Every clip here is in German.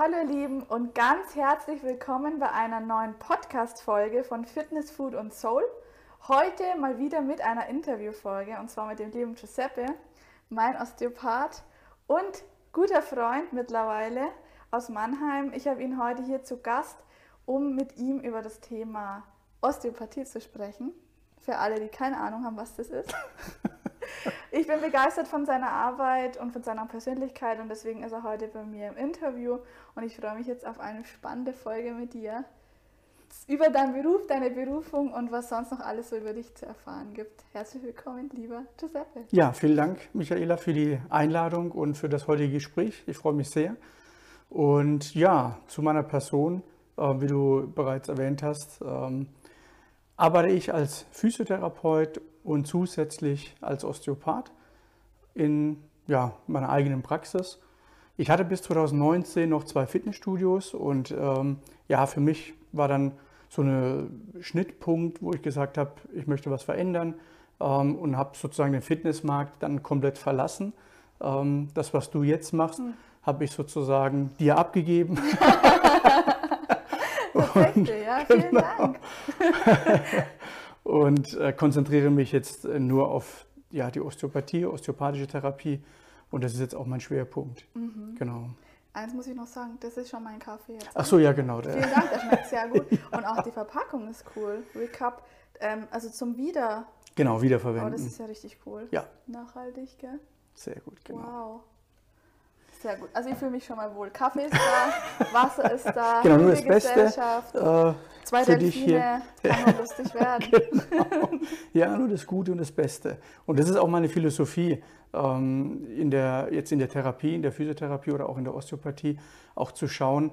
Hallo ihr Lieben und ganz herzlich willkommen bei einer neuen Podcast-Folge von Fitness, Food und Soul. Heute mal wieder mit einer Interviewfolge und zwar mit dem lieben Giuseppe, mein Osteopath und guter Freund mittlerweile aus Mannheim. Ich habe ihn heute hier zu Gast, um mit ihm über das Thema Osteopathie zu sprechen. Für alle, die keine Ahnung haben, was das ist. Ich bin begeistert von seiner Arbeit und von seiner Persönlichkeit und deswegen ist er heute bei mir im Interview und ich freue mich jetzt auf eine spannende Folge mit dir über deinen Beruf, deine Berufung und was sonst noch alles so über dich zu erfahren gibt. Herzlich willkommen, lieber Giuseppe. Ja, vielen Dank, Michaela, für die Einladung und für das heutige Gespräch. Ich freue mich sehr. Und ja, zu meiner Person, wie du bereits erwähnt hast, arbeite ich als Physiotherapeut und zusätzlich als Osteopath in meiner eigenen Praxis. Ich hatte bis 2019 noch 2 Fitnessstudios und für mich war dann so ein Schnittpunkt, wo ich gesagt habe, ich möchte was verändern und habe sozusagen den Fitnessmarkt dann komplett verlassen. Das, was du jetzt machst, habe ich sozusagen dir abgegeben. Perfekt, ja, vielen Dank. Und konzentriere mich jetzt nur auf die Osteopathie, osteopathische Therapie und das ist jetzt auch mein Schwerpunkt. Genau. Eins muss ich noch sagen, das ist schon mein Kaffee jetzt. Ach so, ja genau. Vielen Dank, der schmeckt sehr gut und auch die Verpackung ist cool. Recap, also zum Wiederverwenden. Oh, das ist ja richtig cool. Ja. Nachhaltig, gell? Sehr gut, genau. Wow. Sehr gut. Also ich fühle mich schon mal wohl. Kaffee ist da, Wasser ist da, genau, nur das Beste 2 für dich hier. Kann nur lustig werden. Genau. Ja, nur das Gute und das Beste. Und das ist auch meine Philosophie in der Therapie, in der Physiotherapie oder auch in der Osteopathie, auch zu schauen,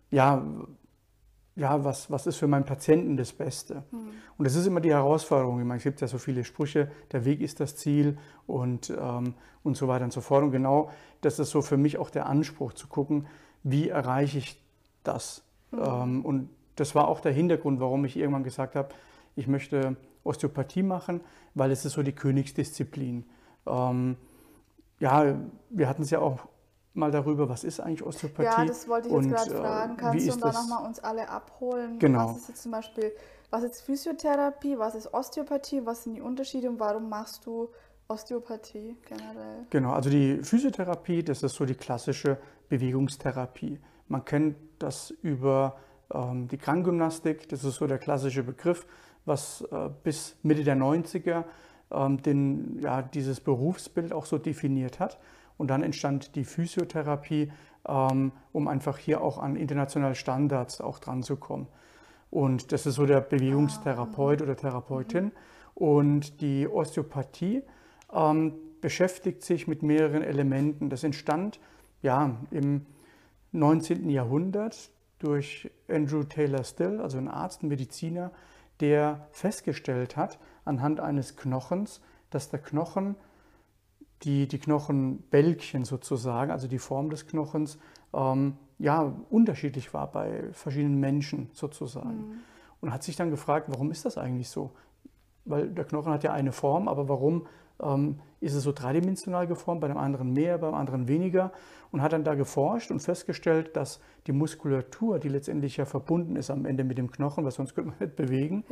was ist für meinen Patienten das Beste? Und das ist immer die Herausforderung. Ich meine, es gibt ja so viele Sprüche, der Weg ist das Ziel und so weiter und so fort. Und genau das ist so für mich auch der Anspruch, zu gucken, wie erreiche ich das? Und das war auch der Hintergrund, warum ich irgendwann gesagt habe, ich möchte Osteopathie machen, weil es ist so die Königsdisziplin. Wir hatten es ja auch mal darüber, was ist eigentlich Osteopathie? Ja, das wollte ich jetzt gerade fragen. Kannst du da nochmal uns alle abholen? Genau. Was ist jetzt zum Beispiel, was ist Physiotherapie, was ist Osteopathie, was sind die Unterschiede und warum machst du Osteopathie generell? Genau, also die Physiotherapie, das ist so die klassische Bewegungstherapie. Man kennt das über die Krankengymnastik, das ist so der klassische Begriff, was bis Mitte der 90er dieses Berufsbild auch so definiert hat. Und dann entstand die Physiotherapie, um einfach hier auch an internationale Standards auch dran zu kommen. Und das ist so der Bewegungstherapeut oder Therapeutin. Und die Osteopathie beschäftigt sich mit mehreren Elementen. Das entstand im 19. Jahrhundert durch Andrew Taylor Still, also ein Arzt, ein Mediziner, der festgestellt hat anhand eines Knochens, dass der Knochen, die Knochenbälkchen sozusagen, also die Form des Knochens, unterschiedlich war bei verschiedenen Menschen sozusagen. Und hat sich dann gefragt, warum ist das eigentlich so? Weil der Knochen hat ja eine Form, aber warum ist es so dreidimensional geformt, bei dem anderen mehr, beim anderen weniger? Und hat dann da geforscht und festgestellt, dass die Muskulatur, die letztendlich ja verbunden ist am Ende mit dem Knochen, weil sonst könnte man nicht bewegen,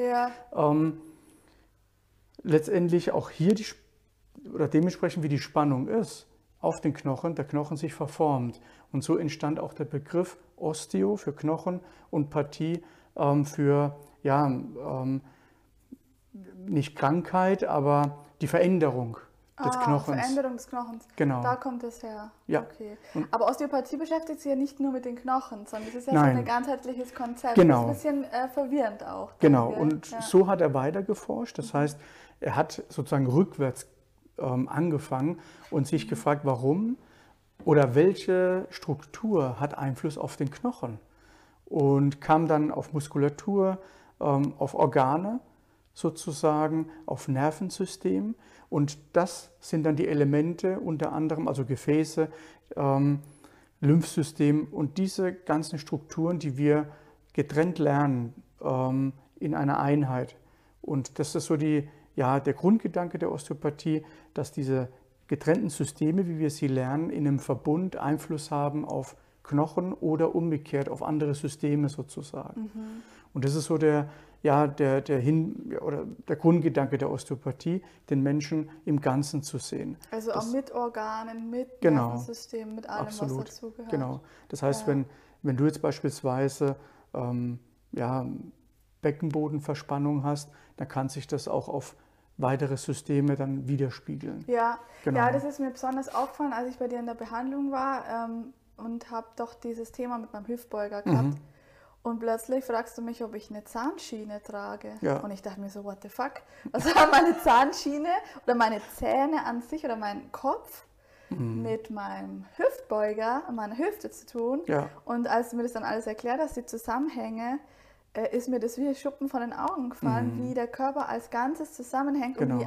letztendlich auch hier dementsprechend wie die Spannung ist auf den Knochen, der Knochen sich verformt. Und so entstand auch der Begriff Osteo für Knochen und Pathie für nicht Krankheit, aber die Veränderung des Knochens. Veränderung des Knochens. Genau. Da kommt es her. Ja. Okay. Aber Osteopathie beschäftigt sich ja nicht nur mit den Knochen, sondern es ist ja so Nein. ein ganzheitliches Konzept. Genau. Das ist ein bisschen verwirrend auch. Genau. Und so hat er weiter geforscht. Das heißt, er hat sozusagen rückwärts angefangen und sich gefragt, warum oder welche Struktur hat Einfluss auf den Knochen, und kam dann auf Muskulatur, auf Organe sozusagen, auf Nervensystem, und das sind dann die Elemente unter anderem, also Gefäße, Lymphsystem und diese ganzen Strukturen, die wir getrennt lernen in einer Einheit. Und das ist so der Grundgedanke der Osteopathie, dass diese getrennten Systeme, wie wir sie lernen, in einem Verbund Einfluss haben auf Knochen oder umgekehrt auf andere Systeme sozusagen. Mhm. Und das ist so der Grundgedanke der Osteopathie, den Menschen im Ganzen zu sehen. Also auch mit Organen, mit Genau, Nervensystem, mit allem, absolut, was dazugehört. genau. Das heißt, Ja. wenn du jetzt beispielsweise Beckenbodenverspannung hast, dann kann sich das auch auf weitere Systeme dann widerspiegeln. Ja, Genau. ja, das ist mir besonders aufgefallen, als ich bei dir in der Behandlung war und habe doch dieses Thema mit meinem Hüftbeuger gehabt. Und plötzlich fragst du mich, ob ich eine Zahnschiene trage. Ja. Und ich dachte mir so, what the fuck? Was haben meine Zahnschiene oder meine Zähne an sich oder mein Kopf mit meinem Hüftbeuger, meiner Hüfte zu tun? Ja. Und als du mir das dann alles erklärt hast, die Zusammenhänge, ist mir das wie Schuppen von den Augen gefallen, wie der Körper als Ganzes zusammenhängt und wie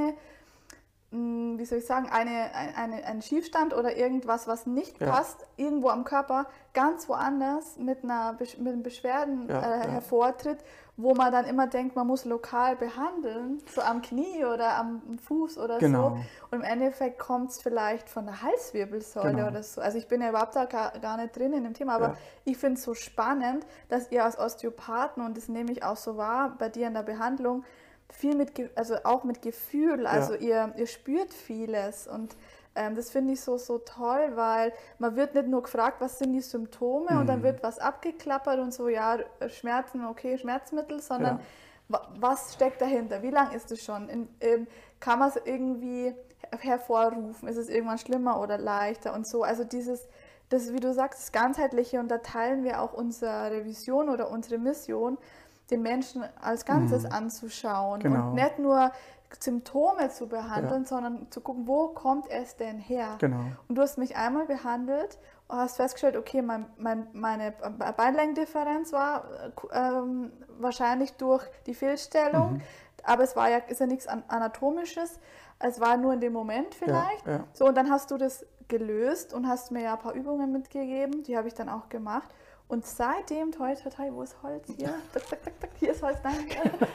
ein Schiefstand oder irgendwas, was nicht passt, irgendwo am Körper ganz woanders mit einem Beschwerden hervortritt, wo man dann immer denkt, man muss lokal behandeln, so am Knie oder am Fuß oder so. Und im Endeffekt kommt es vielleicht von der Halswirbelsäule oder so. Also ich bin ja überhaupt da gar nicht drin in dem Thema, aber ich finde es so spannend, dass ihr als Osteopathen, und das nehme ich auch so wahr bei dir in der Behandlung, viel auch mit Gefühl, also ihr spürt vieles und das finde ich so toll, weil man wird nicht nur gefragt, was sind die Symptome und dann wird was abgeklappert und so, ja, Schmerzen, okay, Schmerzmittel, sondern was steckt dahinter, wie lange ist es schon, kann man es irgendwie hervorrufen, ist es irgendwann schlimmer oder leichter und so, also das, wie du sagst, das Ganzheitliche, und da teilen wir auch unsere Vision oder unsere Mission, den Menschen als Ganzes anzuschauen und nicht nur Symptome zu behandeln, sondern zu gucken, wo kommt es denn her? Genau. Und du hast mich einmal behandelt und hast festgestellt, okay, meine Beinlängendifferenz war wahrscheinlich durch die Fehlstellung, aber ist ja nichts Anatomisches, es war nur in dem Moment vielleicht. Ja. So, und dann hast du das gelöst und hast mir ja ein paar Übungen mitgegeben, die habe ich dann auch gemacht. Und seitdem, toi, wo ist Holz? Hier, hier ist Holz, nein.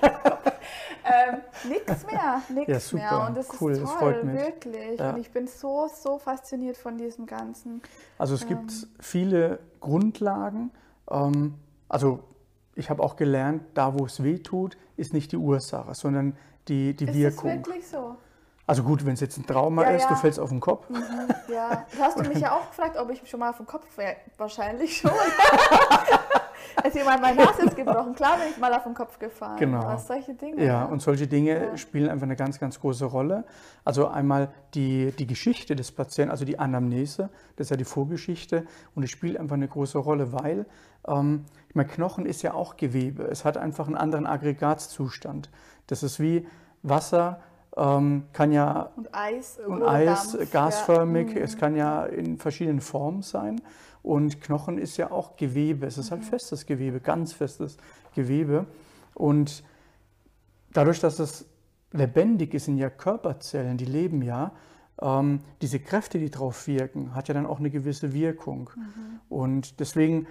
Nichts mehr. Und das cool, ist das toll, freut mich. wirklich. Ja. Und ich bin so fasziniert von diesem Ganzen. Also es gibt viele Grundlagen. Also ich habe auch gelernt, da wo es weh tut, ist nicht die Ursache, sondern die Wirkung. Ist das wirklich so? Also gut, wenn es jetzt ein Trauma ist, du fällst auf den Kopf. Ja, hast du mich ja auch gefragt, ob ich schon mal auf den Kopf wäre. Wahrscheinlich schon. Als jemand meine Nase ist gebrochen, klar bin ich mal auf den Kopf gefallen. Genau. Aber solche Dinge. Ja, und solche Dinge spielen einfach eine ganz, ganz große Rolle. Also einmal die Geschichte des Patienten, also die Anamnese, das ist ja die Vorgeschichte, und es spielt einfach eine große Rolle, weil ich meine, Knochen ist ja auch Gewebe. Es hat einfach einen anderen Aggregatzustand. Das ist wie Wasser. Kann ja und Eis, Dampf, gasförmig, es kann ja in verschiedenen Formen sein, und Knochen ist ja auch Gewebe, es ist halt festes Gewebe, ganz festes Gewebe, und dadurch, dass es lebendig ist, sind ja Körperzellen, die leben ja, diese Kräfte, die drauf wirken, hat ja dann auch eine gewisse Wirkung, und deswegen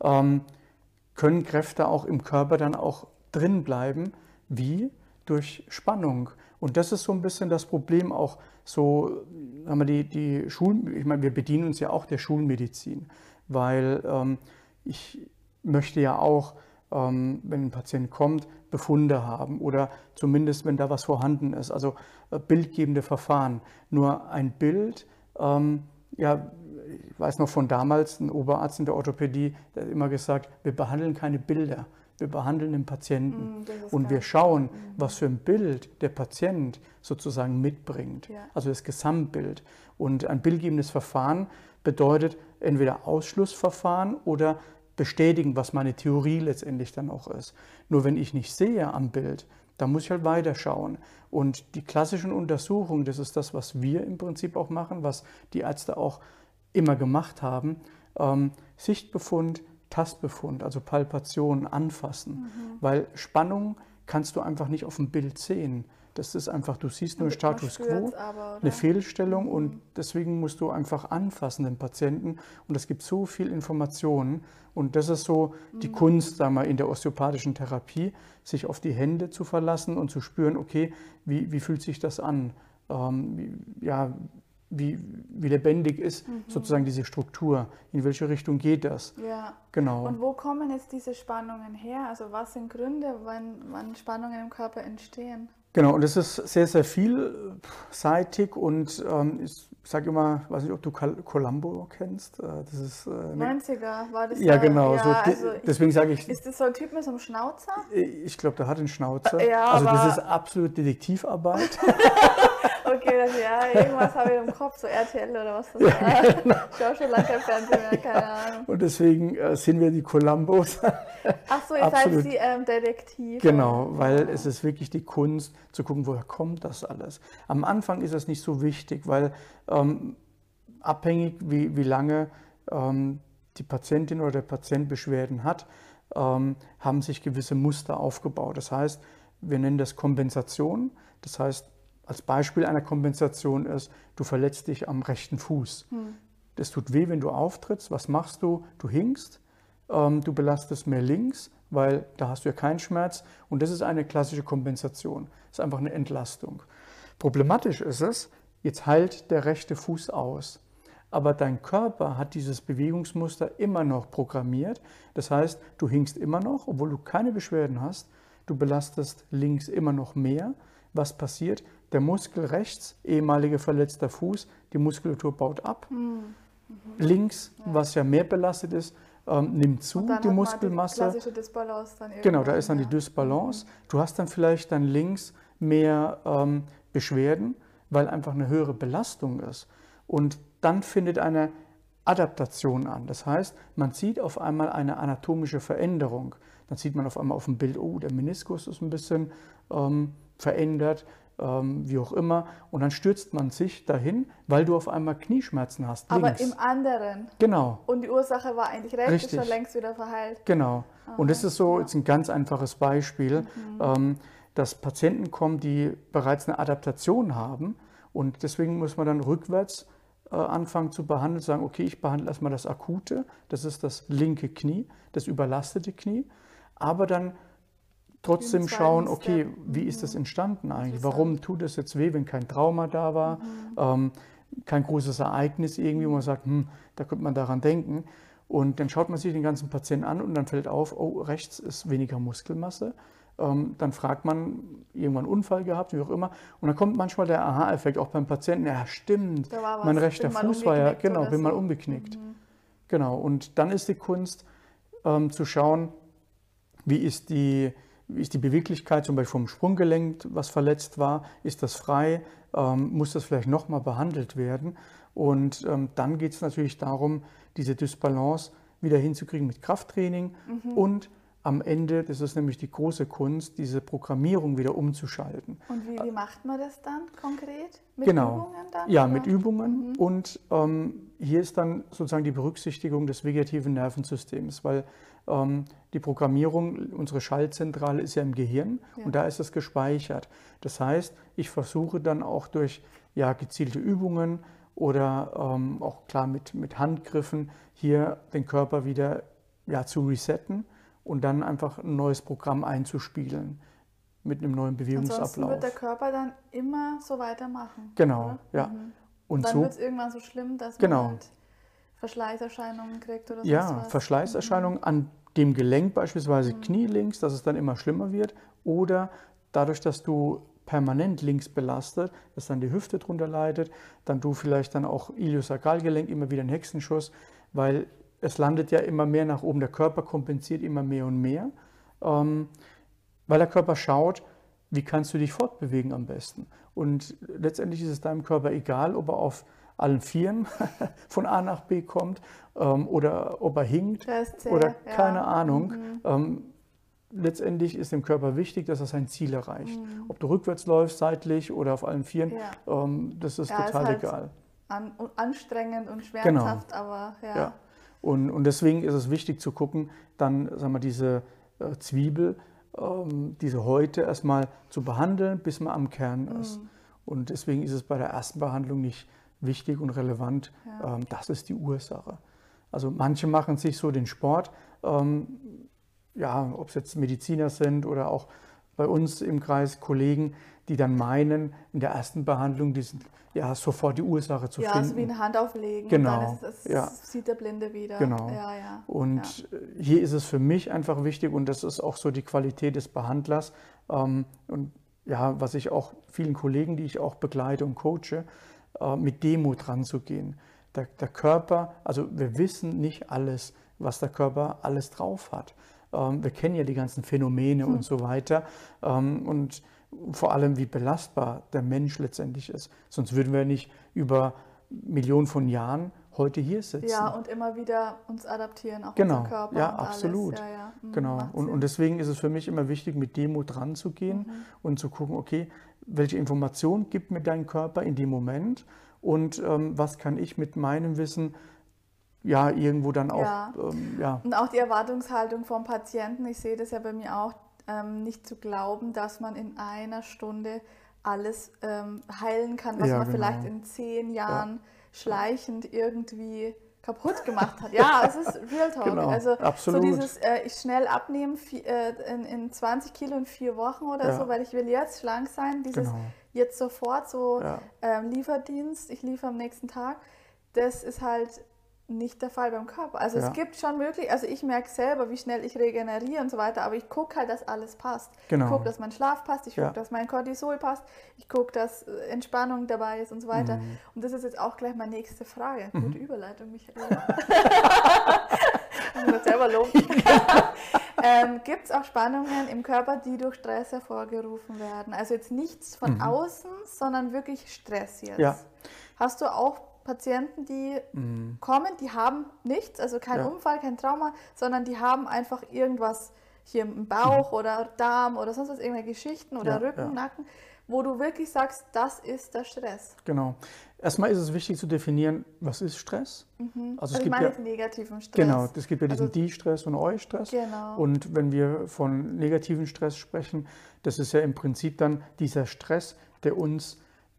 können Kräfte auch im Körper dann auch drin bleiben, wie durch Spannung. Und das ist so ein bisschen das Problem auch, so haben wir ich meine, wir bedienen uns ja auch der Schulmedizin, weil ich möchte ja auch, wenn ein Patient kommt, Befunde haben oder zumindest, wenn da was vorhanden ist, also bildgebende Verfahren. Nur ein Bild, ich weiß noch von damals, ein Oberarzt in der Orthopädie, der hat immer gesagt, wir behandeln keine Bilder. Wir behandeln den Patienten und wir schauen, was für ein Bild der Patient sozusagen mitbringt, also das Gesamtbild. Und ein bildgebendes Verfahren bedeutet entweder Ausschlussverfahren oder bestätigen, was meine Theorie letztendlich dann auch ist. Nur wenn ich nicht sehe am Bild, dann muss ich halt weiterschauen. Und die klassischen Untersuchungen, das ist das, was wir im Prinzip auch machen, was die Ärzte auch immer gemacht haben, Sichtbefund, Tastbefund, also Palpation, Anfassen, weil Spannung kannst du einfach nicht auf dem Bild sehen. Das ist einfach, du siehst nur Status quo, eine Fehlstellung, und deswegen musst du einfach anfassen, den Patienten, und es gibt so viel Informationen, und das ist so die Kunst, sagen wir, in der osteopathischen Therapie, sich auf die Hände zu verlassen und zu spüren, okay, wie fühlt sich das an? wie lebendig ist sozusagen diese Struktur, in welche Richtung geht das. Ja. Genau. Und wo kommen jetzt diese Spannungen her? Also was sind Gründe, wann Spannungen im Körper entstehen? Genau, und das ist sehr, sehr vielseitig und ich sage immer, weiß nicht, ob du Columbo kennst. Das ist, 90er war das ja, da? genau. Ja, So, also deswegen sage ich. Ist das so ein Typ mit so einem Schnauzer? Ich glaube, der hat einen Schnauzer. Ja, also das aber- ist absolut Detektivarbeit. Okay, ja, irgendwas habe ich im Kopf, so RTL oder was das war. Genau. Ich schaue schon lange kein Fernsehen mehr, keine Ahnung. Und deswegen sind wir die Columbos. Ach so, ihr seid Absolut. die Detektive. Genau, weil es ist wirklich die Kunst zu gucken, woher kommt das alles. Am Anfang ist das nicht so wichtig, weil abhängig wie lange die Patientin oder der Patient Beschwerden hat, haben sich gewisse Muster aufgebaut. Das heißt, wir nennen das Kompensation. Das heißt, als Beispiel einer Kompensation ist, du verletzt dich am rechten Fuß. Das tut weh, wenn du auftrittst. Was machst du? Du hinkst, du belastest mehr links, weil da hast du ja keinen Schmerz. Und das ist eine klassische Kompensation. Das ist einfach eine Entlastung. Problematisch ist es, jetzt heilt der rechte Fuß aus. Aber dein Körper hat dieses Bewegungsmuster immer noch programmiert. Das heißt, du hinkst immer noch, obwohl du keine Beschwerden hast. Du belastest links immer noch mehr. Was passiert? Der Muskel rechts, ehemaliger verletzter Fuß, die Muskulatur baut ab. Links, was ja mehr belastet ist, nimmt zu, Und dann die hat man Muskelmasse. Die klassische Dysbalance dann Genau, da irgendwann, ist dann die ja. Dysbalance. Du hast dann vielleicht dann links mehr Beschwerden, weil einfach eine höhere Belastung ist. Und dann findet eine Adaptation an. Das heißt, man sieht auf einmal eine anatomische Veränderung. Dann sieht man auf einmal auf dem Bild, oh, der Meniskus ist ein bisschen verändert, wie auch immer. Und dann stürzt man sich dahin, weil du auf einmal Knieschmerzen hast. Aber links. im anderen. Genau. Und die Ursache war eigentlich rechts, ist Richtig. schon längst wieder verheilt. Genau. Und das ist so jetzt ein ganz einfaches Beispiel, dass Patienten kommen, die bereits eine Adaptation haben. Und deswegen muss man dann rückwärts anfangen zu behandeln, sagen, okay, ich behandle erstmal das Akute, das ist das linke Knie, das überlastete Knie, aber dann trotzdem Im schauen, zweiten okay, Step. wie ist das entstanden eigentlich? Interessant. Warum tut es jetzt weh, wenn kein Trauma da war, kein großes Ereignis irgendwie, wo man sagt, da könnte man daran denken. Und dann schaut man sich den ganzen Patienten an und dann fällt auf, oh, rechts ist weniger Muskelmasse. Dann fragt man, irgendwann einen Unfall gehabt, wie auch immer. Und dann kommt manchmal der Aha-Effekt auch beim Patienten, ja stimmt, Da war was, mein rechter bin mal Fuß war ja, umgeknickt genau, oder bin mal so. umgeknickt. Genau, und dann ist die Kunst zu schauen, wie ist die Beweglichkeit zum Beispiel vom Sprunggelenk, was verletzt war, ist das frei, muss das vielleicht nochmal behandelt werden. Und dann geht es natürlich darum, diese Dysbalance wieder hinzukriegen mit Krafttraining und am Ende, das ist nämlich die große Kunst, diese Programmierung wieder umzuschalten. Und wie macht man das dann konkret? Mit Genau. Übungen dann? Ja, oder? mit Übungen und hier ist dann sozusagen die Berücksichtigung des vegetativen Nervensystems, weil die Programmierung, unsere Schaltzentrale ist ja im Gehirn und da ist es gespeichert. Das heißt, ich versuche dann auch durch gezielte Übungen oder auch klar mit Handgriffen hier den Körper wieder zu resetten und dann einfach ein neues Programm einzuspielen mit einem neuen Ansonsten Bewegungsablauf. wird der Körper dann immer so weitermachen. Genau, oder? ja. Und Dann so wird es irgendwann so schlimm, dass Genau. man halt Verschleißerscheinungen kriegt oder sonst Ja, was. Verschleißerscheinungen an dem Gelenk beispielsweise Knie links, dass es dann immer schlimmer wird. Oder dadurch, dass du permanent links belastet, dass dann die Hüfte drunter leidet, dann du vielleicht dann auch Iliosakralgelenk immer wieder einen Hexenschuss, weil es landet ja immer mehr nach oben. Der Körper kompensiert immer mehr und mehr, weil der Körper schaut, wie kannst du dich fortbewegen am besten. Und letztendlich ist es deinem Körper egal, ob er auf allen Vieren von A nach B kommt oder ob er hinkt Der ist zäh, oder ja. keine Ahnung. Letztendlich ist dem Körper wichtig, dass er sein Ziel erreicht. Ob du rückwärts läufst, seitlich oder auf allen Vieren, Ja. das ist Ja, total ist halt egal. Anstrengend und schmerzhaft, aber ja. Ja. Und deswegen ist es wichtig zu gucken, dann sagen wir, diese Zwiebel, diese Häute erstmal zu behandeln, bis man am Kern ist. Und deswegen ist es bei der ersten Behandlung nicht wichtig und relevant, das ist die Ursache. Also manche machen sich so den Sport, ob es jetzt Mediziner sind oder auch bei uns im Kreis Kollegen, die dann meinen, in der ersten Behandlung sofort die Ursache zu finden. Ja, so wie eine Hand auflegen. Genau. Und dann sieht der Blinde wieder. Genau. Ja. Und hier ist es für mich einfach wichtig, und das ist auch so die Qualität des Behandlers, und ja, was ich auch vielen Kollegen, die ich auch begleite und coache, mit Demut ranzugehen. Der Körper, also wir wissen nicht alles, was der Körper alles drauf hat. Wir kennen ja die ganzen Phänomene und so weiter, und vor allem, wie belastbar der Mensch letztendlich ist. Sonst würden wir nicht über Millionen von Jahren heute hier sitzen. Ja, und immer wieder uns adaptieren, auch genau. unser Körper. Ja, und absolut. Alles. Ja. Genau. Und deswegen ist es für mich immer wichtig, mit Demut ranzugehen und zu gucken, okay, welche Information gibt mir dein Körper in dem Moment und was kann ich mit meinem Wissen irgendwo dann auch. Und auch die Erwartungshaltung vom Patienten, ich sehe das ja bei mir auch, nicht zu glauben, dass man in einer Stunde alles heilen kann, was man vielleicht in 10 Jahren schleichend irgendwie kaputt gemacht hat. Ja, es ist Real Talk. Genau, also absolut. so dieses, ich schnell abnehmen in 20 Kilo in 4 Wochen oder so, weil ich will jetzt schlank sein, dieses jetzt sofort so Lieferdienst, ich liefere am nächsten Tag, das ist halt nicht der Fall beim Körper. Also es gibt schon wirklich, also ich merke selber, wie schnell ich regeneriere und so weiter, aber ich gucke halt, dass alles passt. Genau. Ich gucke, dass mein Schlaf passt, ich gucke, dass mein Cortisol passt, ich gucke, dass Entspannung dabei ist und so weiter. Und das ist jetzt auch gleich meine nächste Frage. Gute Überleitung, Michael. Ich muss selber loben. Gibt es auch Spannungen im Körper, die durch Stress hervorgerufen werden? Also jetzt nichts von außen, sondern wirklich Stress jetzt. Ja. Hast du auch Patienten, die kommen, die haben nichts, also kein Unfall, kein Trauma, sondern die haben einfach irgendwas hier im Bauch oder Darm oder sonst was, irgendwelche Geschichten oder Rücken, Nacken, wo du wirklich sagst, das ist der Stress. Genau. Erstmal ist es wichtig zu definieren, was ist Stress? Also ich meine jetzt negativen Stress. Genau, es gibt ja diesen Die-Stress und Eu-Stress. Genau. Und wenn wir von negativen Stress sprechen, das ist ja im Prinzip dann dieser Stress, der uns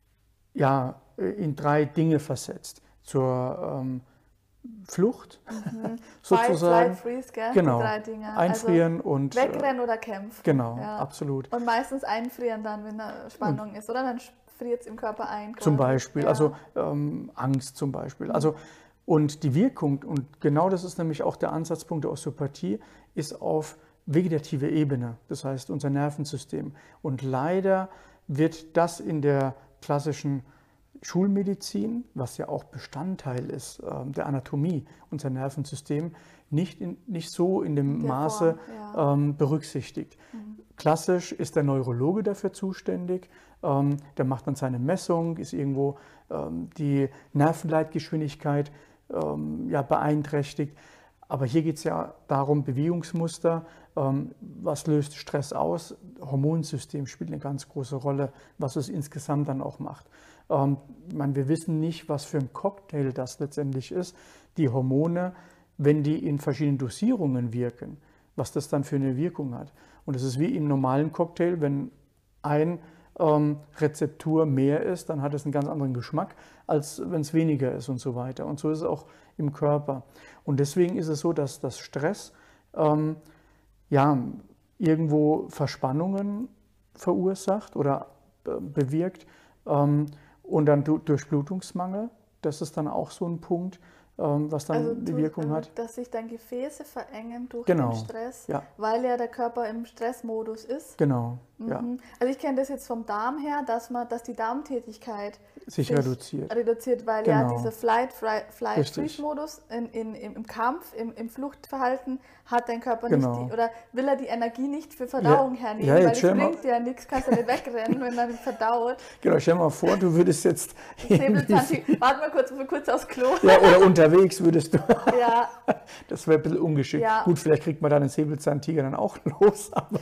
in 3 Dinge versetzt. Zur Flucht, sozusagen. Fight, Flight, Freeze, gell? Genau. Die 3 Dinge. Einfrieren und wegrennen oder kämpfen. Genau, absolut. Und meistens einfrieren dann, wenn da Spannung ist, oder? Dann friert es im Körper ein. Quasi. Zum Beispiel, also Angst zum Beispiel. Also, und die Wirkung, und genau das ist nämlich auch der Ansatzpunkt der Osteopathie, ist auf vegetative Ebene, das heißt unser Nervensystem. Und leider wird das in der klassischen Schulmedizin, was ja auch Bestandteil ist der Anatomie, unser Nervensystem, nicht so in dem Maße berücksichtigt. Klassisch ist der Neurologe dafür zuständig, der macht dann seine Messung, ist irgendwo die Nervenleitgeschwindigkeit beeinträchtigt. Aber hier geht es ja darum, Bewegungsmuster, was löst Stress aus? Hormonsystem spielt eine ganz große Rolle, was es insgesamt dann auch macht. Wir wissen nicht, was für ein Cocktail das letztendlich ist. Die Hormone, wenn die in verschiedenen Dosierungen wirken, was das dann für eine Wirkung hat. Und es ist wie im normalen Cocktail, wenn ein Rezeptur mehr ist, dann hat es einen ganz anderen Geschmack, als wenn es weniger ist und so weiter. Und so ist es auch im Körper. Und deswegen ist es so, dass das Stress irgendwo Verspannungen verursacht oder bewirkt. Und dann Durchblutungsmangel, das ist dann auch so ein Punkt, was dann die Wirkung hat. Dass sich dann Gefäße verengen durch den Stress, weil ja der Körper im Stressmodus ist. Genau, ja. Also ich kenne das jetzt vom Darm her, dass die Darmtätigkeit sich reduziert, weil ja dieser Flight-Freeze-Modus im Kampf, im Fluchtverhalten hat dein Körper nicht, oder will er die Energie nicht für Verdauung hernehmen, weil es bringt ja nichts, kannst du nicht wegrennen, wenn er verdaut. Genau, stell dir mal vor, du würdest jetzt warte mal kurz aufs Klo. Ja, oder unterwegs würdest du. Ja. Das wäre ein bisschen ungeschickt. Ja. Gut, vielleicht kriegt man dann den Säbelzahntiger dann auch los, aber...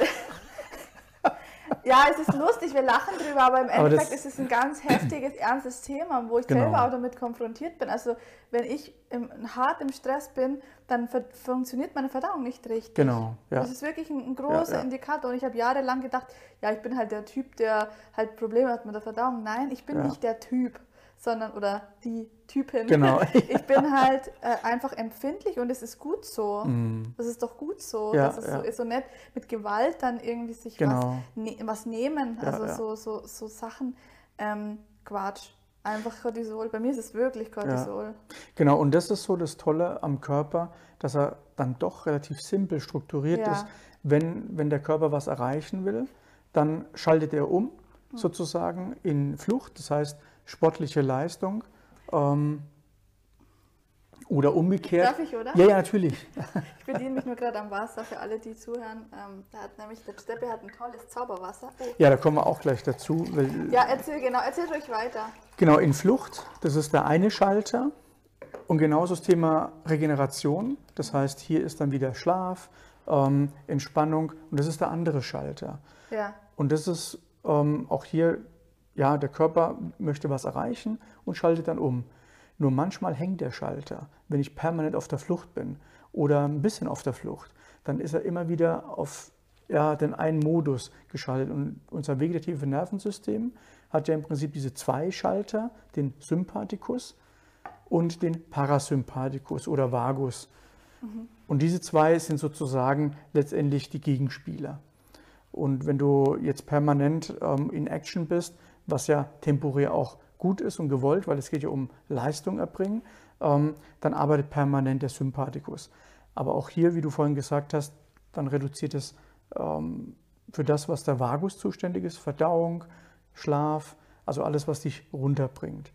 Es ist lustig, wir lachen drüber, aber im Endeffekt ist es ein ganz heftiges, ernstes Thema, wo ich selber auch damit konfrontiert bin. Also wenn ich hart im Stress bin, dann funktioniert meine Verdauung nicht richtig. Genau, ja. Das ist wirklich ein großer Indikator. Und ich habe jahrelang gedacht, ich bin halt der Typ, der halt Probleme hat mit der Verdauung. Nein, ich bin nicht der Typ, sondern, oder die Typin. Genau. Ich bin halt einfach empfindlich und es ist gut so. Das ist doch gut so, Ja, dass es ja. so ist und nicht mit Gewalt dann irgendwie sich Genau. was nehmen. Ja, Also ja. so Sachen, Quatsch. Einfach Cortisol. Bei mir ist es wirklich Cortisol. Genau, und das ist so das Tolle am Körper, dass er dann doch relativ simpel strukturiert Ja. ist. Wenn der Körper was erreichen will, dann schaltet er um, sozusagen in Flucht, das heißt sportliche Leistung. Oder umgekehrt. Darf ich, oder? Ja, ja, natürlich. Ich bediene mich nur gerade am Wasser für alle, die zuhören. Der Giuseppe hat ein tolles Zauberwasser. Oh. Ja, da kommen wir auch gleich dazu. Weil, Ja, erzähl ruhig weiter. genau, in Flucht, das ist der eine Schalter. Und genauso das Thema Regeneration. Das heißt, hier ist dann wieder Schlaf, Entspannung und das ist der andere Schalter. Ja. Und das ist auch hier, ja, der Körper möchte was erreichen und schaltet dann um. Nur manchmal hängt der Schalter, wenn ich permanent auf der Flucht bin oder ein bisschen auf der Flucht, dann ist er immer wieder auf den einen Modus geschaltet. Und unser vegetative Nervensystem hat ja im Prinzip diese zwei Schalter, den Sympathikus und den Parasympathikus oder Vagus. Und diese zwei sind sozusagen letztendlich die Gegenspieler. Und wenn du jetzt permanent in Action bist, was ja temporär auch gut ist und gewollt, weil es geht ja um Leistung erbringen, dann arbeitet permanent der Sympathikus. Aber auch hier, wie du vorhin gesagt hast, dann reduziert es für das, was der Vagus zuständig ist, Verdauung, Schlaf, also alles, was dich runterbringt.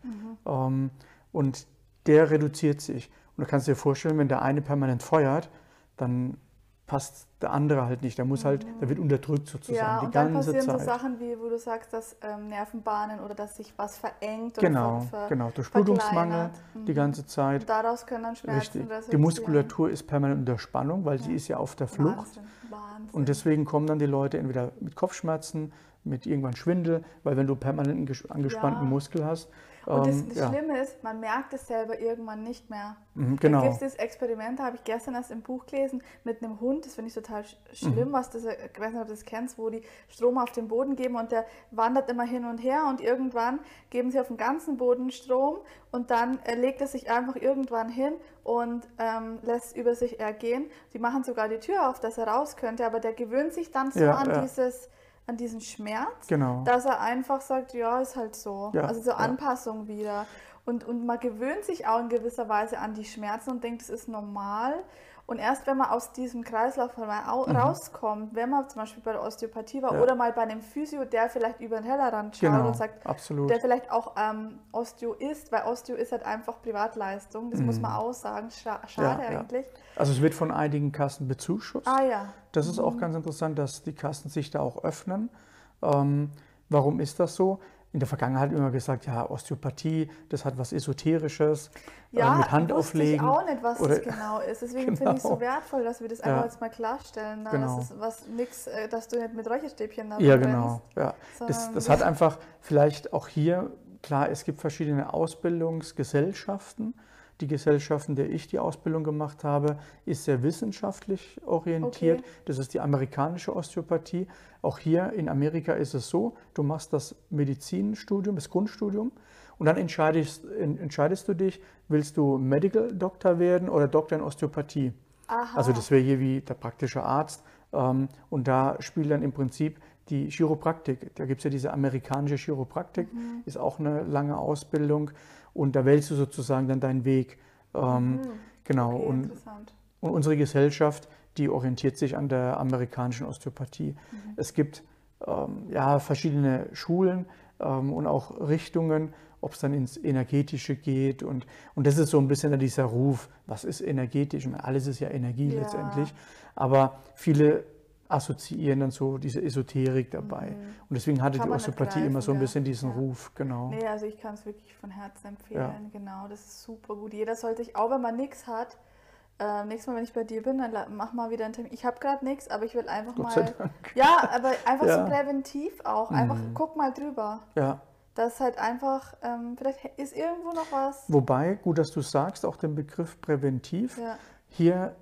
Und der reduziert sich. Und du kannst dir vorstellen, wenn der eine permanent feuert, dann passt der andere halt nicht. Der muss halt, der wird unterdrückt sozusagen Ja, die und dann ganze passieren Zeit. so Sachen wie, wo du sagst, dass Nervenbahnen oder dass sich was verengt Genau, oder genau. Durchblutungsmangel verkleinert. die ganze Zeit. Und daraus können dann Schmerzen Richtig. Die resultieren. Muskulatur ist permanent unter Spannung, weil sie ist ja auf der Flucht. Wahnsinn. Und deswegen kommen dann die Leute entweder mit Kopfschmerzen, mit irgendwann Schwindel, weil wenn du permanent einen angespannten Ja. Muskel hast. Und das ja. Schlimme ist, man merkt es selber irgendwann nicht mehr. Genau. Da gibt es das Experiment, habe ich gestern erst im Buch gelesen, mit einem Hund, das finde ich total schlimm, was das, ich weiß nicht, ob du das kennst, wo die Strom auf den Boden geben und der wandert immer hin und her und irgendwann geben sie auf den ganzen Boden Strom und dann legt er sich einfach irgendwann hin und lässt über sich ergehen. Die machen sogar die Tür auf, dass er raus könnte, aber der gewöhnt sich dann so Ja, an ja. an diesen Schmerz, Genau. dass er einfach sagt, ja, ist halt so. Ja, Also so ja. Anpassung wieder. Und man gewöhnt sich auch in gewisser Weise an die Schmerzen und denkt, es ist normal. Und erst wenn man aus diesem Kreislauf mal rauskommt, wenn man zum Beispiel bei der Osteopathie war Ja. oder mal bei einem Physio, der vielleicht über den Tellerrand schaut Genau, und sagt, absolut. der vielleicht auch Osteo ist, weil Osteo ist halt einfach Privatleistung, das muss man auch sagen, schade Ja. eigentlich. Also es wird von einigen Kassen bezuschusst. Ah ja, Das ist auch ganz interessant, dass die Kassen sich da auch öffnen. Warum ist das so? In der Vergangenheit immer gesagt, ja, Osteopathie, das hat was Esoterisches, ja, mit Hand wusste auflegen. ich auch nicht, was oder- das genau ist. Deswegen finde ich es Genau. so wertvoll, dass wir das einfach jetzt mal klarstellen. Genau. Das ist was nix, dass du nicht mit Räucherstäbchen da Ja, rennst, genau. Ja. sondern- Das hat einfach vielleicht auch hier, klar, es gibt verschiedene Ausbildungsgesellschaften. Die Gesellschaft, in der ich die Ausbildung gemacht habe, ist sehr wissenschaftlich orientiert. Okay. Das ist die amerikanische Osteopathie. Auch hier in Amerika ist es so, du machst das Medizinstudium, das Grundstudium und dann entscheidest du dich, willst du Medical Doctor werden oder Doktor in Osteopathie. Aha. Also das wäre hier wie der praktische Arzt. Und da spielt dann im Prinzip die Chiropraktik. Da gibt es ja diese amerikanische Chiropraktik, ist auch eine lange Ausbildung. Und da wählst du sozusagen dann deinen Weg. Genau. Okay, Und interessant. unsere Gesellschaft, die orientiert sich an der amerikanischen Osteopathie. Es gibt verschiedene Schulen und auch Richtungen, ob es dann ins Energetische geht. Und das ist so ein bisschen dieser Ruf, was ist energetisch? Und alles ist ja Energie Ja. letztendlich. Aber viele assoziieren dann so diese Esoterik dabei. Und deswegen hatte Kann die man nicht Osteopathie greifen, immer so ein ja. bisschen diesen Ja. Ruf, genau. Nee, also ich kann es wirklich von Herzen empfehlen. Genau, das ist super gut. Jeder sollte sich, auch wenn man nichts hat, nächstes Mal, wenn ich bei dir bin, dann mach mal wieder einen Termin. Ich habe gerade nichts, aber ich will einfach Gott sei mal. Dank. Ja, aber einfach Ja. so präventiv auch. Einfach guck mal drüber. Ja. Das ist halt einfach, vielleicht ist irgendwo noch was. Wobei, gut, dass du sagst, auch den Begriff präventiv. Ja. Hier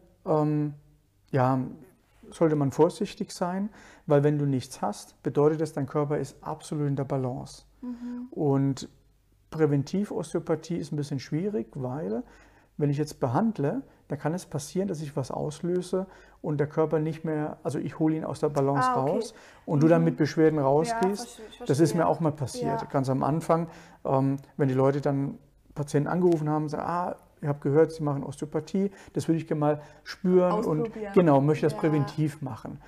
sollte man vorsichtig sein, weil wenn du nichts hast, bedeutet das, dein Körper ist absolut in der Balance. Und Präventiv-Osteopathie ist ein bisschen schwierig, weil wenn ich jetzt behandle, dann kann es passieren, dass ich was auslöse und der Körper nicht mehr, also ich hole ihn aus der Balance raus und du dann mit Beschwerden rausgehst. verstehe. Das ist mir auch mal passiert, ganz am Anfang, wenn die Leute dann Patienten angerufen haben und sagen, ich habe gehört, Sie machen Osteopathie, das würde ich gerne mal spüren und genau, möchte das präventiv machen.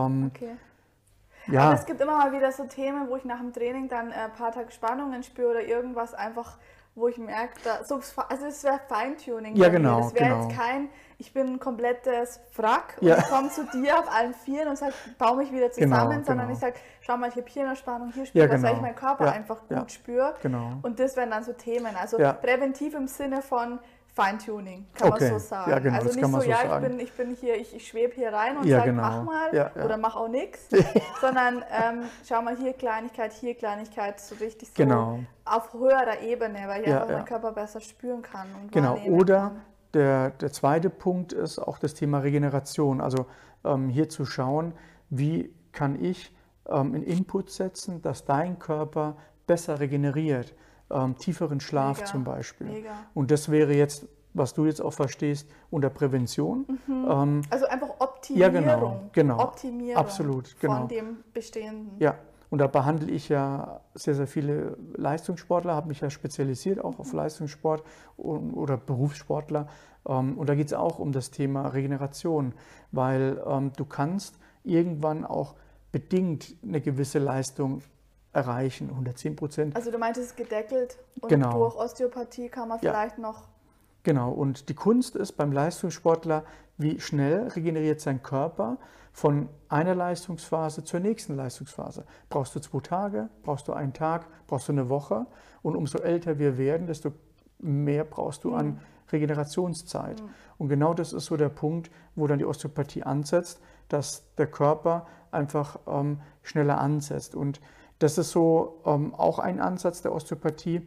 Aber es gibt immer mal wieder so Themen, wo ich nach dem Training dann ein paar Tage Spannungen spüre oder irgendwas einfach, wo ich merke, also es wäre Feintuning. Ja, genau. Das wäre jetzt ich bin ein komplettes Wrack und ich komme zu dir auf allen Vieren und sage, baue mich wieder zusammen, sondern ich sage, schau mal, ich habe hier eine Spannung, hier spüre ich, weil ich meinen Körper einfach gut spüre. Und das wären dann so Themen. Also präventiv im Sinne von Feintuning, kann man so sagen. Ja, genau, also das nicht kann man so, so sagen. ich bin hier, ich schwebe hier rein und sage, mach mal oder mach auch nichts, sondern schau mal, hier Kleinigkeit, so richtig so auf höherer Ebene, weil ich einfach meinen Körper besser spüren kann. Und oder der zweite Punkt ist auch das Thema Regeneration, also hier zu schauen, wie kann ich einen Input setzen, dass dein Körper besser regeneriert. Tieferen Schlaf zum Beispiel. Und das wäre jetzt, was du jetzt auch verstehst, unter Prävention. Also einfach Optimierung. Optimierung absolut, von dem Bestehenden. Ja, und da behandle ich ja sehr, sehr viele Leistungssportler, habe mich ja spezialisiert auch auf Leistungssport oder Berufssportler. Und da geht es auch um das Thema Regeneration, weil du kannst irgendwann auch bedingt eine gewisse Leistung erreichen, 110%. Also du meintest gedeckelt und durch Osteopathie kann man vielleicht noch... Genau, und die Kunst ist beim Leistungssportler, wie schnell regeneriert sein Körper von einer Leistungsphase zur nächsten Leistungsphase. Brauchst du 2 Tage, brauchst du 1 Tag, brauchst du eine Woche und umso älter wir werden, desto mehr brauchst du an Regenerationszeit. Und genau das ist so der Punkt, wo dann die Osteopathie ansetzt, dass der Körper einfach schneller ansetzt. Und das ist so auch ein Ansatz der Osteopathie.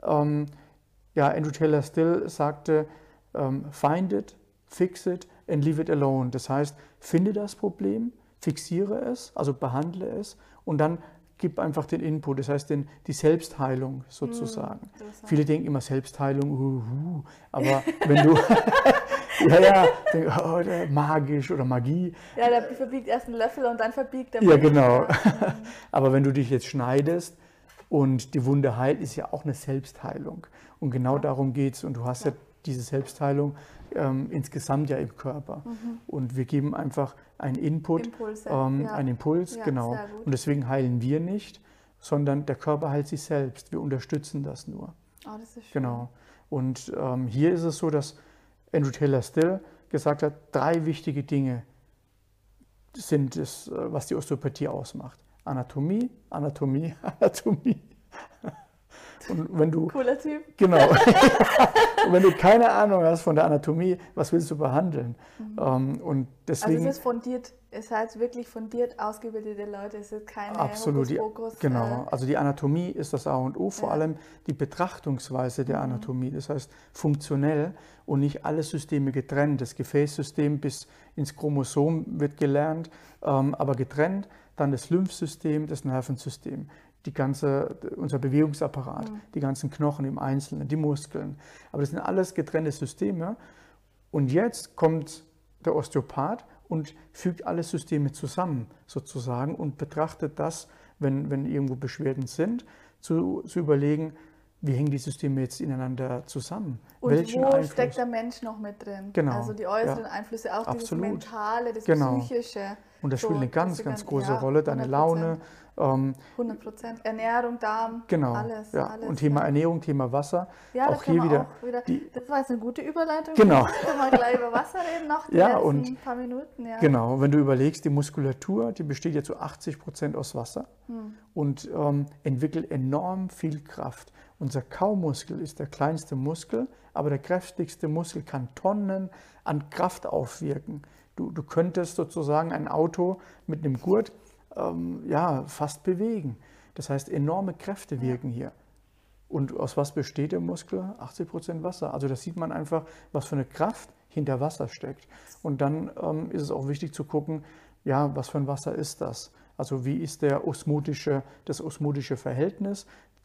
Andrew Taylor Still sagte, find it, fix it and leave it alone. Das heißt, finde das Problem, fixiere es, also behandle es und dann gib einfach den Input, das heißt die Selbstheilung sozusagen. Viele denken immer Selbstheilung, aber wenn du... magisch oder Magie. Ja, der verbiegt erst einen Löffel und dann verbiegt er. Ja, genau. Aber wenn du dich jetzt schneidest und die Wunde heilt, ist ja auch eine Selbstheilung. Und genau darum geht es. Und du hast ja diese Selbstheilung insgesamt ja im Körper. Und wir geben einfach einen Input, einen Impuls, genau. Und deswegen heilen wir nicht, sondern der Körper heilt sich selbst. Wir unterstützen das nur. Oh, das ist schön. Genau. Und hier ist es so, dass Andrew Taylor Still gesagt hat, 3 wichtige Dinge sind es, was die Osteopathie ausmacht. Anatomie. Und wenn du, cooler Typ. Genau. Und wenn du keine Ahnung hast von der Anatomie, was willst du behandeln? Und deswegen, also es ist fundiert, es heißt wirklich fundiert ausgebildete Leute, es ist keine Hokuspokus. Genau, also die Anatomie ist das A und O, vor allem die Betrachtungsweise der Anatomie, das heißt funktionell und nicht alle Systeme getrennt. Das Gefäßsystem bis ins Chromosom wird gelernt, aber getrennt, dann das Lymphsystem, das Nervensystem. Unser Bewegungsapparat, die ganzen Knochen im Einzelnen, die Muskeln. Aber das sind alles getrennte Systeme. Und jetzt kommt der Osteopath und fügt alle Systeme zusammen sozusagen und betrachtet das, wenn irgendwo Beschwerden sind, zu überlegen, wie hängen die Systeme jetzt ineinander zusammen? Und welchen wo Einfluss? Steckt der Mensch noch mit drin? Genau. Also die äußeren Einflüsse, auch dieses Absolut. Mentale, das Genau. Psychische. Und das spielt eine ganz große Rolle, deine 100%. Laune. 100%. Ernährung, Darm, Genau. alles. Und Thema Ernährung, Thema Wasser. Ja, auch hier wieder. Das war jetzt eine gute Überleitung. Genau. Können wir gleich über Wasser reden noch, die letzten paar Minuten. Ja. Genau, wenn du überlegst, die Muskulatur, die besteht ja zu 80% aus Wasser und entwickelt enorm viel Kraft. Unser Kaumuskel ist der kleinste Muskel, aber der kräftigste Muskel kann Tonnen an Kraft aufwirken. Du könntest sozusagen ein Auto mit einem Gurt fast bewegen. Das heißt, enorme Kräfte wirken hier. Und aus was besteht der Muskel? 80% Wasser. Also das sieht man einfach, was für eine Kraft hinter Wasser steckt. Und dann ist es auch wichtig zu gucken, was für ein Wasser ist das? Also wie ist das osmotische Verhältnis?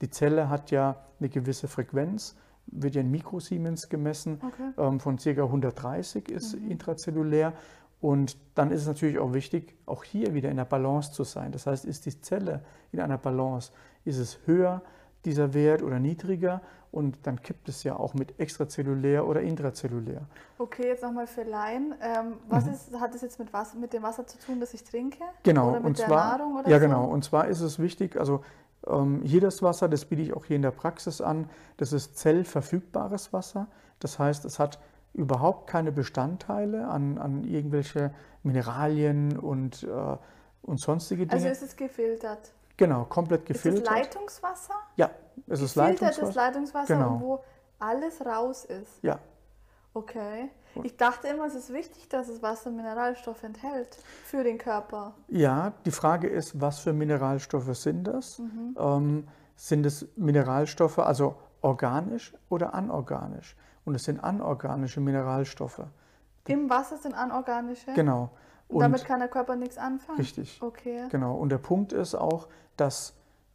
Die Zelle hat ja eine gewisse Frequenz, wird ja in Mikrosiemens gemessen, Okay. von ca. 130 ist intrazellulär. Und dann ist es natürlich auch wichtig, auch hier wieder in der Balance zu sein. Das heißt, ist die Zelle in einer Balance, ist es höher, dieser Wert, oder niedriger? Und dann kippt es ja auch mit extrazellulär oder intrazellulär. Okay, jetzt nochmal für Laien. Hat das jetzt mit dem Wasser zu tun, das ich trinke? Genau, Oder mit und der zwar, Nahrung oder ja so? genau, und zwar ist es wichtig, also hier das Wasser, das biete ich auch hier in der Praxis an, das ist zellverfügbares Wasser. Das heißt, es hat überhaupt keine Bestandteile an irgendwelche Mineralien und sonstige Dinge. Also ist es gefiltert? Genau, komplett Ist es gefiltert. Leitungswasser? Ja, es ist Gefiltertes Leitungswasser. Leitungswasser, Genau. und wo alles raus ist? Ja, Okay. Ich dachte immer, es ist wichtig, dass das Wasser Mineralstoffe enthält für den Körper. ja, die Frage ist, was für Mineralstoffe sind das? Sind es Mineralstoffe, also organisch oder anorganisch? Und es sind anorganische Mineralstoffe. Im Wasser sind anorganische? Genau. Und damit kann der Körper nichts anfangen? Richtig. Okay. Genau. Und der Punkt ist auch, dass,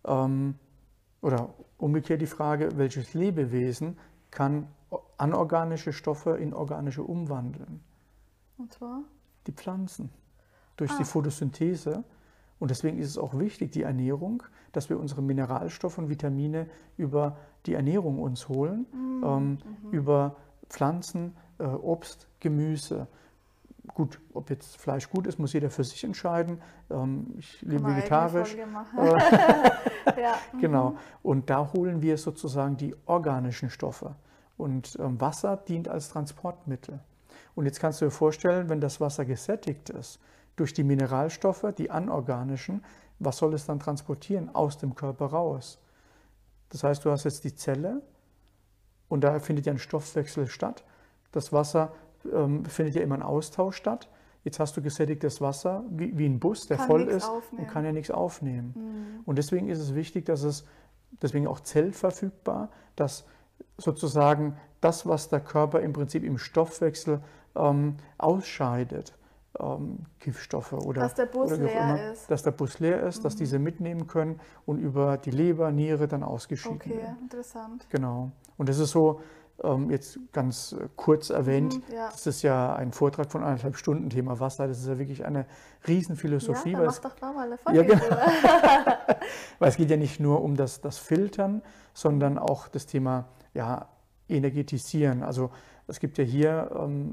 oder umgekehrt die Frage, welches Lebewesen kann anorganische Stoffe in organische umwandeln? Und zwar? Die Pflanzen. Durch die Photosynthese. Und deswegen ist es auch wichtig, die Ernährung, dass wir unsere Mineralstoffe und Vitamine über die Ernährung uns holen, über Pflanzen, Obst, Gemüse. Gut, ob jetzt Fleisch gut ist, muss jeder für sich entscheiden. Ich lebe Mal vegetarisch. eigene Folge machen. Ja. Genau. Und da holen wir sozusagen die organischen Stoffe. Und Wasser dient als Transportmittel. Und jetzt kannst du dir vorstellen, wenn das Wasser gesättigt ist durch die Mineralstoffe, die anorganischen, was soll es dann transportieren? Aus dem Körper raus. Das heißt, du hast jetzt die Zelle und da findet ja ein Stoffwechsel statt. Das Wasser findet ja immer ein Austausch statt. Jetzt hast du gesättigtes Wasser, wie ein Bus, der Kann voll nichts ist aufnehmen. und kann ja nichts aufnehmen. Und deswegen ist es wichtig, dass es, deswegen auch zellverfügbar, dass sozusagen das, was der Körper im Prinzip im Stoffwechsel ausscheidet, Giftstoffe Dass der Bus oder wie auch leer immer, ist. dass der Bus leer ist, dass diese mitnehmen können und über die Leber, Niere dann ausgeschieden Okay, werden. interessant. Genau. Und das ist so, jetzt ganz kurz erwähnt, Ja. das ist ja ein Vortrag von 1,5 Stunden, Thema Wasser. Das ist ja wirklich eine Riesenphilosophie. Ja, weil dann es, mach doch da mal eine Ja, Folge genau. drüber. weil es geht ja nicht nur um das Filtern, sondern auch das Thema ja, Energetisieren. Also es gibt ja hier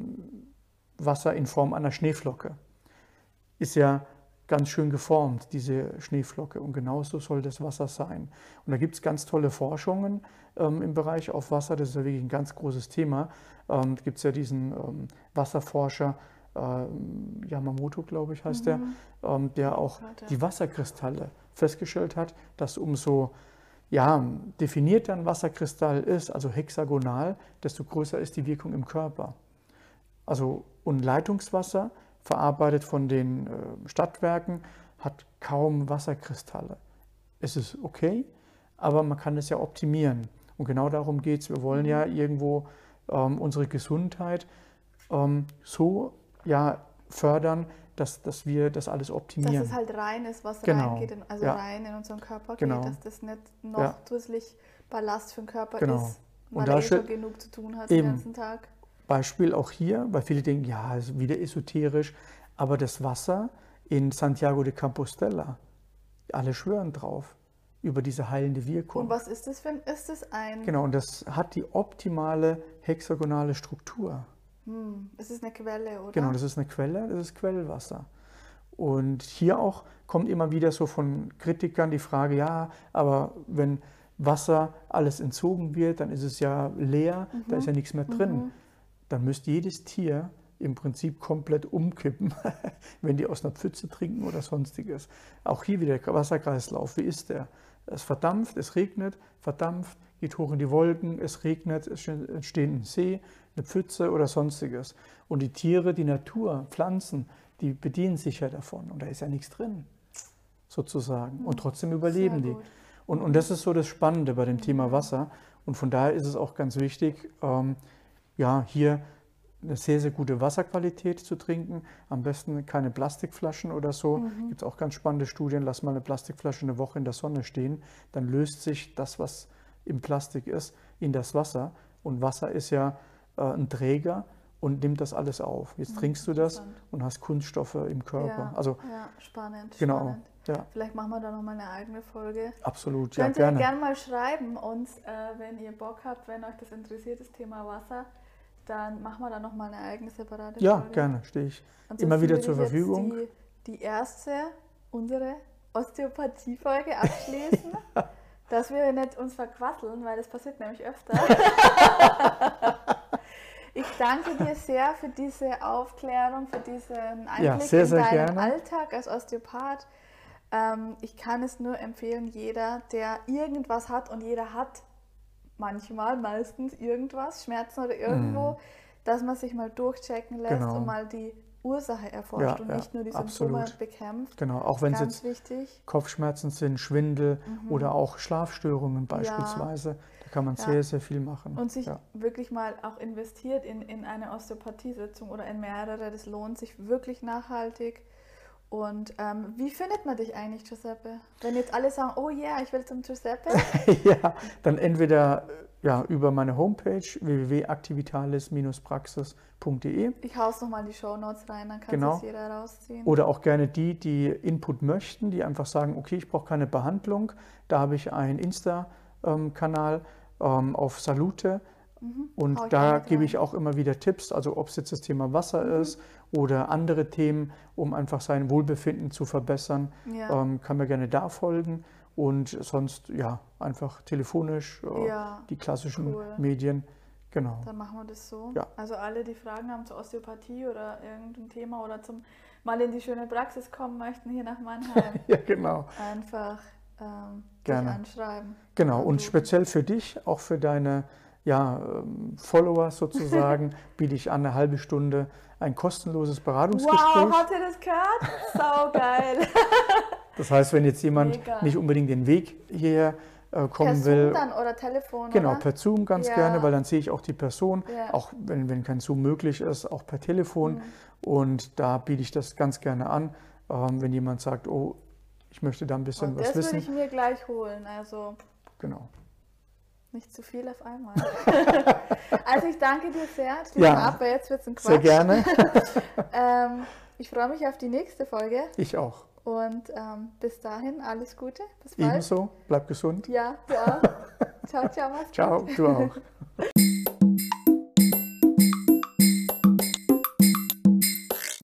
Wasser in Form einer Schneeflocke. Ist ja ganz schön geformt, diese Schneeflocke. Und genauso soll das Wasser sein. Und da gibt es ganz tolle Forschungen im Bereich auf Wasser. Das ist ja wirklich ein ganz großes Thema. Da gibt es ja diesen Wasserforscher, Yamamoto, glaube ich, heißt der auch die Wasserkristalle festgestellt hat, dass umso definierter ein Wasserkristall ist, also hexagonal, desto größer ist die Wirkung im Körper. Also, und Leitungswasser, verarbeitet von den Stadtwerken, hat kaum Wasserkristalle. Es ist okay, aber man kann es ja optimieren. Und genau darum geht es. Wir wollen ja irgendwo unsere Gesundheit so fördern, dass wir das alles optimieren. Dass es halt rein ist, was Genau. reingeht, also Ja. rein in unseren Körper Genau. geht, dass das nicht noch Ja. zusätzlich Ballast für den Körper Genau. ist, Und weil da er schon steht- genug zu tun hat Eben. den ganzen Tag. Beispiel auch hier, weil viele denken, ja, ist wieder esoterisch, aber das Wasser in Santiago de Compostela, alle schwören drauf, über diese heilende Wirkung. Und was ist das ist das ein, Genau, und das hat die optimale hexagonale Struktur. ist es eine Quelle, oder? Genau, das ist eine Quelle, das ist Quellwasser. Und hier auch kommt immer wieder so von Kritikern die Frage, ja, aber wenn Wasser alles entzogen wird, dann ist es ja leer, da ist ja nichts mehr drin. Dann müsste jedes Tier im Prinzip komplett umkippen, wenn die aus einer Pfütze trinken oder sonstiges. Auch hier wieder der Wasserkreislauf, wie ist der? Es verdampft, es regnet, verdampft, geht hoch in die Wolken, es regnet, es entsteht ein See, eine Pfütze oder sonstiges. Und die Tiere, die Natur, Pflanzen, die bedienen sich ja davon. Und da ist ja nichts drin, sozusagen. Und trotzdem überleben die. gut. Und das ist so das Spannende bei dem Thema Wasser. Und von daher ist es auch ganz wichtig, hier eine sehr, sehr gute Wasserqualität zu trinken. Am besten keine Plastikflaschen oder so. Gibt es auch ganz spannende Studien. Lass mal eine Plastikflasche eine Woche in der Sonne stehen. Dann löst sich das, was im Plastik ist, in das Wasser. Und Wasser ist ja ein Träger und nimmt das alles auf. Jetzt trinkst du das und hast Kunststoffe im Körper. Ja, Also, ja, spannend. genau. Spannend. Ja. Vielleicht machen wir da nochmal eine eigene Folge. Absolut, ja, Könnt ihr gerne. gerne mal schreiben uns, wenn ihr Bock habt, wenn euch das interessiert, das Thema Wasser, dann machen wir da nochmal eine eigene separate Folge. Ja, gerne, stehe ich Ansonsten immer wieder würde zur ich jetzt Verfügung. Die erste, unsere Osteopathie-Folge abschließen, dass wir nicht uns verquasseln, weil das passiert nämlich öfter. Ich danke dir sehr für diese Aufklärung, für diesen Einblick sehr, sehr in deinen gerne. Alltag als Osteopath. Ich kann es nur empfehlen, jeder, der irgendwas hat, und jeder hat manchmal, meistens irgendwas, Schmerzen oder irgendwo, dass man sich mal durchchecken lässt Genau. und mal die Ursache erforscht und nicht nur die Symptome absolut. bekämpft. Genau, auch wenn es Ganz jetzt wichtig. Kopfschmerzen sind, Schwindel oder auch Schlafstörungen beispielsweise. Da kann man sehr, sehr viel machen. Und sich wirklich mal auch investiert in eine Osteopathiesitzung oder in mehrere, das lohnt sich wirklich nachhaltig. Und wie findet man dich eigentlich, Giuseppe? Wenn jetzt alle sagen, oh yeah, ich will zum Giuseppe. Ja, dann entweder über meine Homepage www.activitalis-praxis.de. Ich hau's nochmal in die Shownotes rein, dann kann Genau. es jeder rausziehen. Oder auch gerne die Input möchten, die einfach sagen, okay, ich brauche keine Behandlung. Da habe ich einen Insta-Kanal auf Salute. Und da gebe ich auch immer wieder Tipps, also ob es jetzt das Thema Wasser ist oder andere Themen, um einfach sein Wohlbefinden zu verbessern, kann mir gerne da folgen. Und sonst einfach telefonisch, die klassischen Medien. Genau. Dann machen wir das so. Ja. Also alle, die Fragen haben zur Osteopathie oder irgendein Thema oder zum mal in die schöne Praxis kommen möchten hier nach Mannheim, Ja, genau. einfach Gerne. dich anschreiben. Genau, und speziell für dich, auch für deine Follower sozusagen, biete ich an, eine halbe Stunde ein kostenloses Beratungsgespräch. Wow, habt ihr das gehört? Sau geil. Das heißt, wenn jetzt jemand nicht unbedingt den Weg hierher kommen will. Per Zoom dann oder Telefon, Genau, oder? per Zoom ganz gerne, weil dann sehe ich auch die Person, auch wenn kein Zoom möglich ist, auch per Telefon. Und da biete ich das ganz gerne an, wenn jemand sagt, oh, ich möchte da ein bisschen was das wissen. würde ich mir gleich holen, also Genau. nicht zu viel auf einmal. Also ich danke dir sehr. Aber jetzt wird es ein Quatsch. Sehr gerne. Ich freue mich auf die nächste Folge. Ich auch. Und bis dahin alles Gute. Bis bald. Ebenso. Bleib gesund. Ja, du auch. Ciao, ciao. Mach's gut. Ciao, du auch.